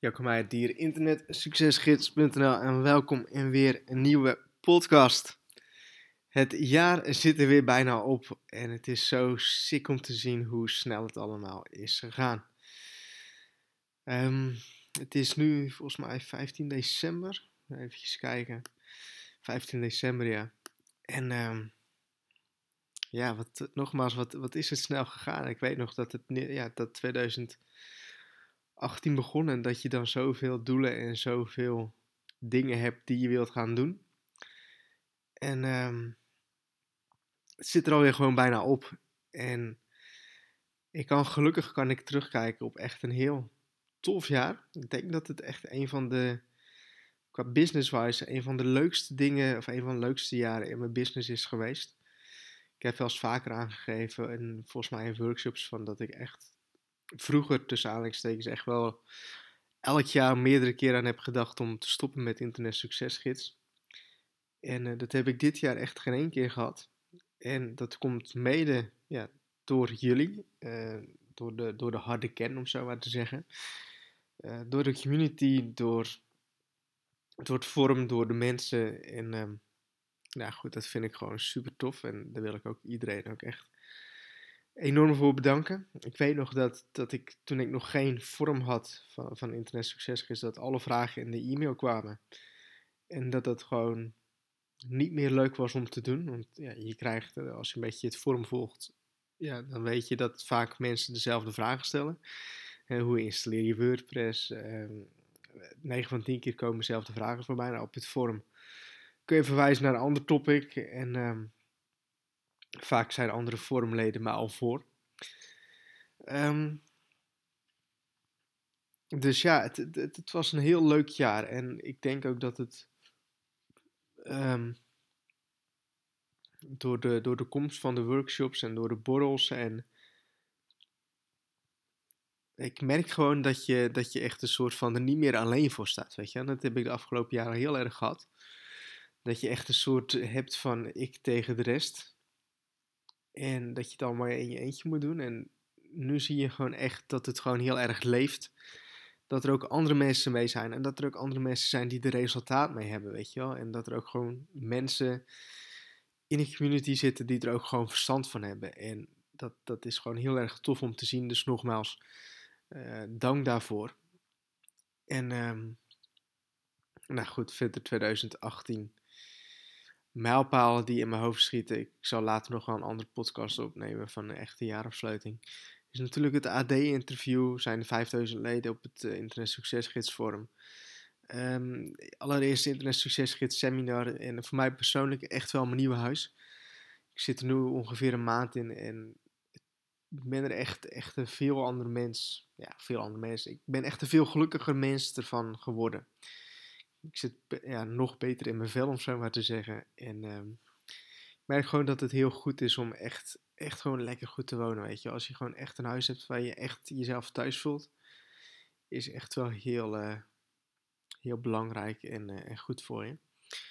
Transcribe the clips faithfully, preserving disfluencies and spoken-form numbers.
Jacco Meijer, Dier, internet succesgids punt n l en welkom in weer een nieuwe podcast. Het jaar zit er weer bijna op en het is zo sick om te zien hoe snel het allemaal is gegaan. Um, het is nu volgens mij vijftien december, even kijken, vijftien december ja. En um, ja, wat, nogmaals, wat, wat is het snel gegaan. Ik weet nog dat het ja, dat twintig achttien begon en dat je dan zoveel doelen en zoveel dingen hebt die je wilt gaan doen. En um, het zit er alweer gewoon bijna op. En ik kan gelukkig kan ik terugkijken op echt een heel tof jaar. Ik denk dat het echt een van de, qua business-wise, een van de leukste dingen, of een van de leukste jaren in mijn business is geweest. Ik heb wel eens vaker aangegeven, en volgens mij in workshops, van dat ik echt vroeger, tussen aanhalingstekens, echt wel elk jaar meerdere keren aan heb gedacht om te stoppen met Internet Succesgids. En uh, dat heb ik dit jaar echt geen één keer gehad. En dat komt mede ja, door jullie, uh, door, de, door de harde kern, om zo maar te zeggen. Uh, door de community, door, door het forum, door de mensen. En um, nou goed, dat vind ik gewoon super tof. En daar wil ik ook iedereen ook echt enorm voor bedanken. Ik weet nog dat, dat ik, toen ik nog geen vorm had van, van Internet Succesgids, dat alle vragen in de e-mail kwamen. En dat dat gewoon niet meer leuk was om te doen. Want ja, je krijgt, als je een beetje het forum volgt, ja, dan weet je dat vaak mensen dezelfde vragen stellen. Uh, hoe installeer je WordPress? Uh, negen van tien keer komen dezelfde vragen voorbij. Nou, op het forum kun je verwijzen naar een ander topic. En um, vaak zijn andere forumleden maar al voor. Um, dus ja, het, het, het was een heel leuk jaar. En ik denk ook dat het Um, door, de, door de komst van de workshops en door de borrels en ik merk gewoon dat je, dat je echt een soort van er niet meer alleen voor staat, weet je. En dat heb ik de afgelopen jaren heel erg gehad. Dat je echt een soort hebt van ik tegen de rest. En dat je het allemaal in je eentje moet doen. En nu zie je gewoon echt dat het gewoon heel erg leeft. Dat er ook andere mensen mee zijn. En dat er ook andere mensen zijn die er resultaat mee hebben, weet je wel. En dat er ook gewoon mensen in de community zitten die er ook gewoon verstand van hebben. En dat, dat is gewoon heel erg tof om te zien. Dus nogmaals, uh, dank daarvoor. En um, nou goed, verder twintig achttien. Mijlpalen die in mijn hoofd schieten. Ik zal later nog wel een andere podcast opnemen van een echte jaarafsluiting. Is natuurlijk het A D-interview. Zijn de vijfduizend leden op het uh, Internet Succesgids Forum. Um, allereerst Internet Succesgids seminar. En voor mij persoonlijk echt wel mijn nieuwe huis. Ik zit er nu ongeveer een maand in. En ik ben er echt, echt een veel andere mens. Ja, veel andere mensen. Ik ben echt een veel gelukkiger mens ervan geworden. Ik zit ja, nog beter in mijn vel, om zo maar te zeggen. En um, ik merk gewoon dat het heel goed is om echt, echt gewoon lekker goed te wonen, weet je. Als je gewoon echt een huis hebt waar je echt jezelf thuis voelt, is echt wel heel, uh, heel belangrijk en, uh, en goed voor je.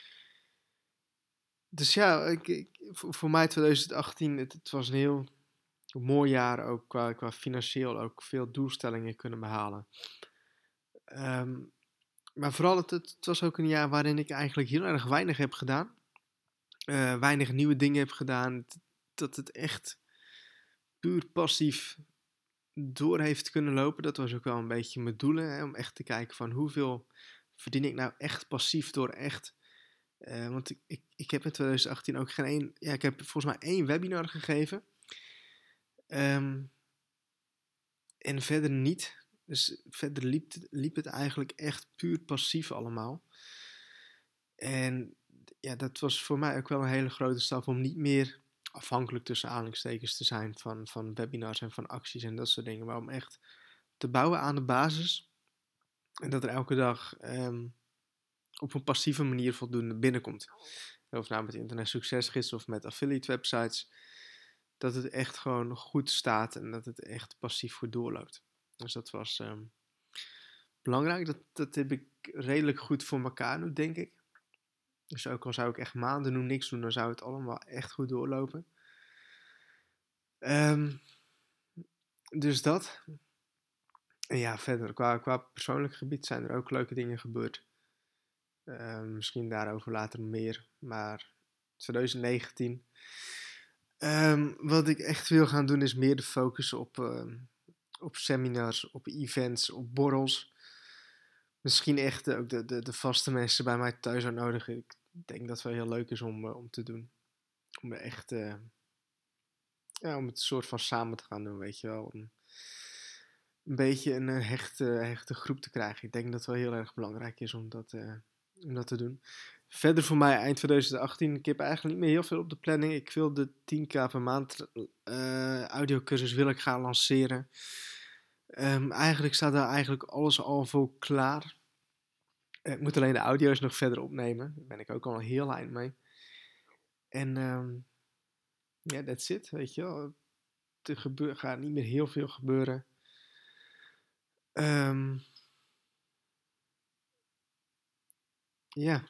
Dus ja, ik, ik, voor mij twintig achttien, het, het was een heel mooi jaar, ook qua, qua financieel, ook veel doelstellingen kunnen behalen. Um, Maar vooral, het, het was ook een jaar waarin ik eigenlijk heel erg weinig heb gedaan. Uh, weinig nieuwe dingen heb gedaan. Dat het echt puur passief door heeft kunnen lopen. Dat was ook wel een beetje mijn doelen. Hè, om echt te kijken van hoeveel verdien ik nou echt passief door echt. Uh, want ik, ik, ik heb in twintig achttien ook geen één. Ja, ik heb volgens mij één webinar gegeven. Um, en verder niet. Dus verder liep, liep het eigenlijk echt puur passief allemaal. En ja, dat was voor mij ook wel een hele grote stap om niet meer afhankelijk tussen aanhalingstekens te zijn van, van webinars en van acties en dat soort dingen. Maar om echt te bouwen aan de basis. En dat er elke dag um, op een passieve manier voldoende binnenkomt. Of nou met Internet Succesgids of met affiliate websites. Dat het echt gewoon goed staat en dat het echt passief goed doorloopt. Dus dat was um, belangrijk. Dat, dat heb ik redelijk goed voor elkaar nu, denk ik. Dus ook al zou ik echt maanden nu niks doen, dan zou het allemaal echt goed doorlopen. Um, dus dat. En ja, verder, qua, qua persoonlijk gebied zijn er ook leuke dingen gebeurd. Uh, misschien daarover later meer. Maar twintig negentien. Um, wat ik echt wil gaan doen is meer de focus op, uh, op seminars, op events, op borrels. Misschien echt ook de, de, de vaste mensen bij mij thuis uitnodigen. Ik denk dat het wel heel leuk is om, uh, om te doen. Om echt, uh, ja, om het soort van samen te gaan doen, weet je wel. Om een beetje een uh, hechte, hechte groep te krijgen. Ik denk dat het wel heel erg belangrijk is om dat, uh, om dat te doen. Verder voor mij eind twintig achttien. Ik heb eigenlijk niet meer heel veel op de planning. Ik wil de tien k per maand uh, audiocursus wil ik gaan lanceren. Um, eigenlijk staat daar eigenlijk alles al voor klaar. Uh, ik moet alleen de audio's nog verder opnemen. Daar ben ik ook al een heel eind mee. En um, ja, yeah, that's it, weet je wel. Er gebeur, gaat niet meer heel veel gebeuren. Um, ja.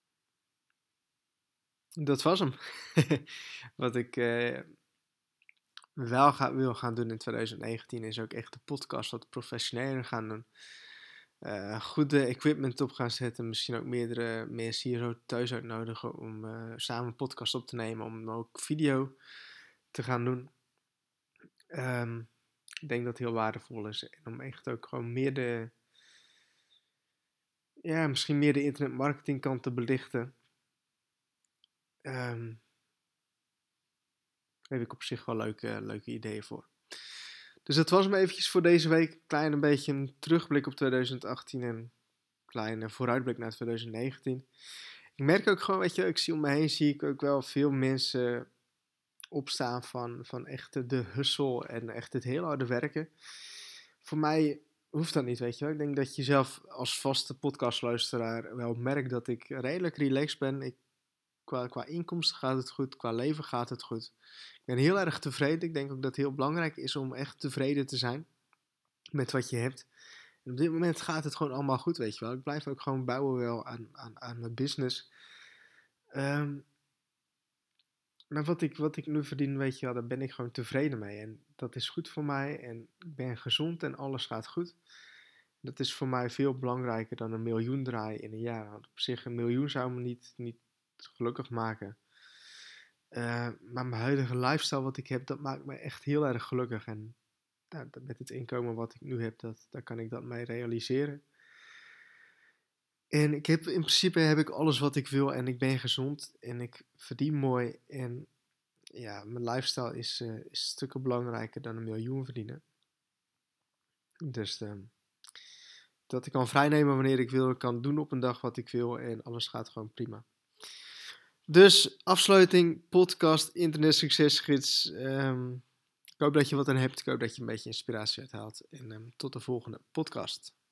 Dat was hem. Wat ik uh, wel ga, wil gaan doen in twintig negentien is ook echt de podcast wat professioneler gaan doen. Uh, goede equipment op gaan zetten. Misschien ook meerdere mensen hier zo thuis uitnodigen om uh, samen een podcast op te nemen. Om ook video te gaan doen. Um, ik denk dat het heel waardevol is. En om echt ook gewoon meer de... Ja, misschien meer de internetmarketingkant te belichten. Um, daar heb ik op zich wel leuke, leuke ideeën voor. Dus dat was hem eventjes voor deze week. Klein een beetje een terugblik op twintig achttien en een kleine vooruitblik naar twintig negentien. Ik merk ook gewoon, weet je, ik zie om me heen zie ik ook wel veel mensen opstaan van, van echt de hustle en echt het heel harde werken. Voor mij hoeft dat niet, weet je wel. Ik denk dat je zelf als vaste podcastluisteraar wel merkt dat ik redelijk relaxed ben. Ik, qua, qua inkomsten gaat het goed, qua leven gaat het goed. Ik ben heel erg tevreden. Ik denk ook dat het heel belangrijk is om echt tevreden te zijn met wat je hebt. En op dit moment gaat het gewoon allemaal goed, weet je wel. Ik blijf ook gewoon bouwen wel aan, aan, aan mijn business. Um, maar wat ik, wat ik nu verdien, weet je wel, daar ben ik gewoon tevreden mee. En dat is goed voor mij. En ik ben gezond en alles gaat goed. Dat is voor mij veel belangrijker dan een miljoen draaien in een jaar. Want op zich, een miljoen zou me niet, niet gelukkig maken. Uh, maar mijn huidige lifestyle wat ik heb, dat maakt me echt heel erg gelukkig. En nou, met het inkomen wat ik nu heb, dat, daar kan ik dat mee realiseren. En ik heb, in principe heb ik alles wat ik wil en ik ben gezond en ik verdien mooi. En ja, mijn lifestyle is, uh, is stukken belangrijker dan een miljoen verdienen. Dus uh, dat ik kan vrijnemen wanneer ik wil, ik kan doen op een dag wat ik wil en alles gaat gewoon prima. Dus afsluiting, podcast, internet succesgids. Um, ik hoop dat je wat aan hebt. Ik hoop dat je een beetje inspiratie uithaalt. En um, tot de volgende podcast.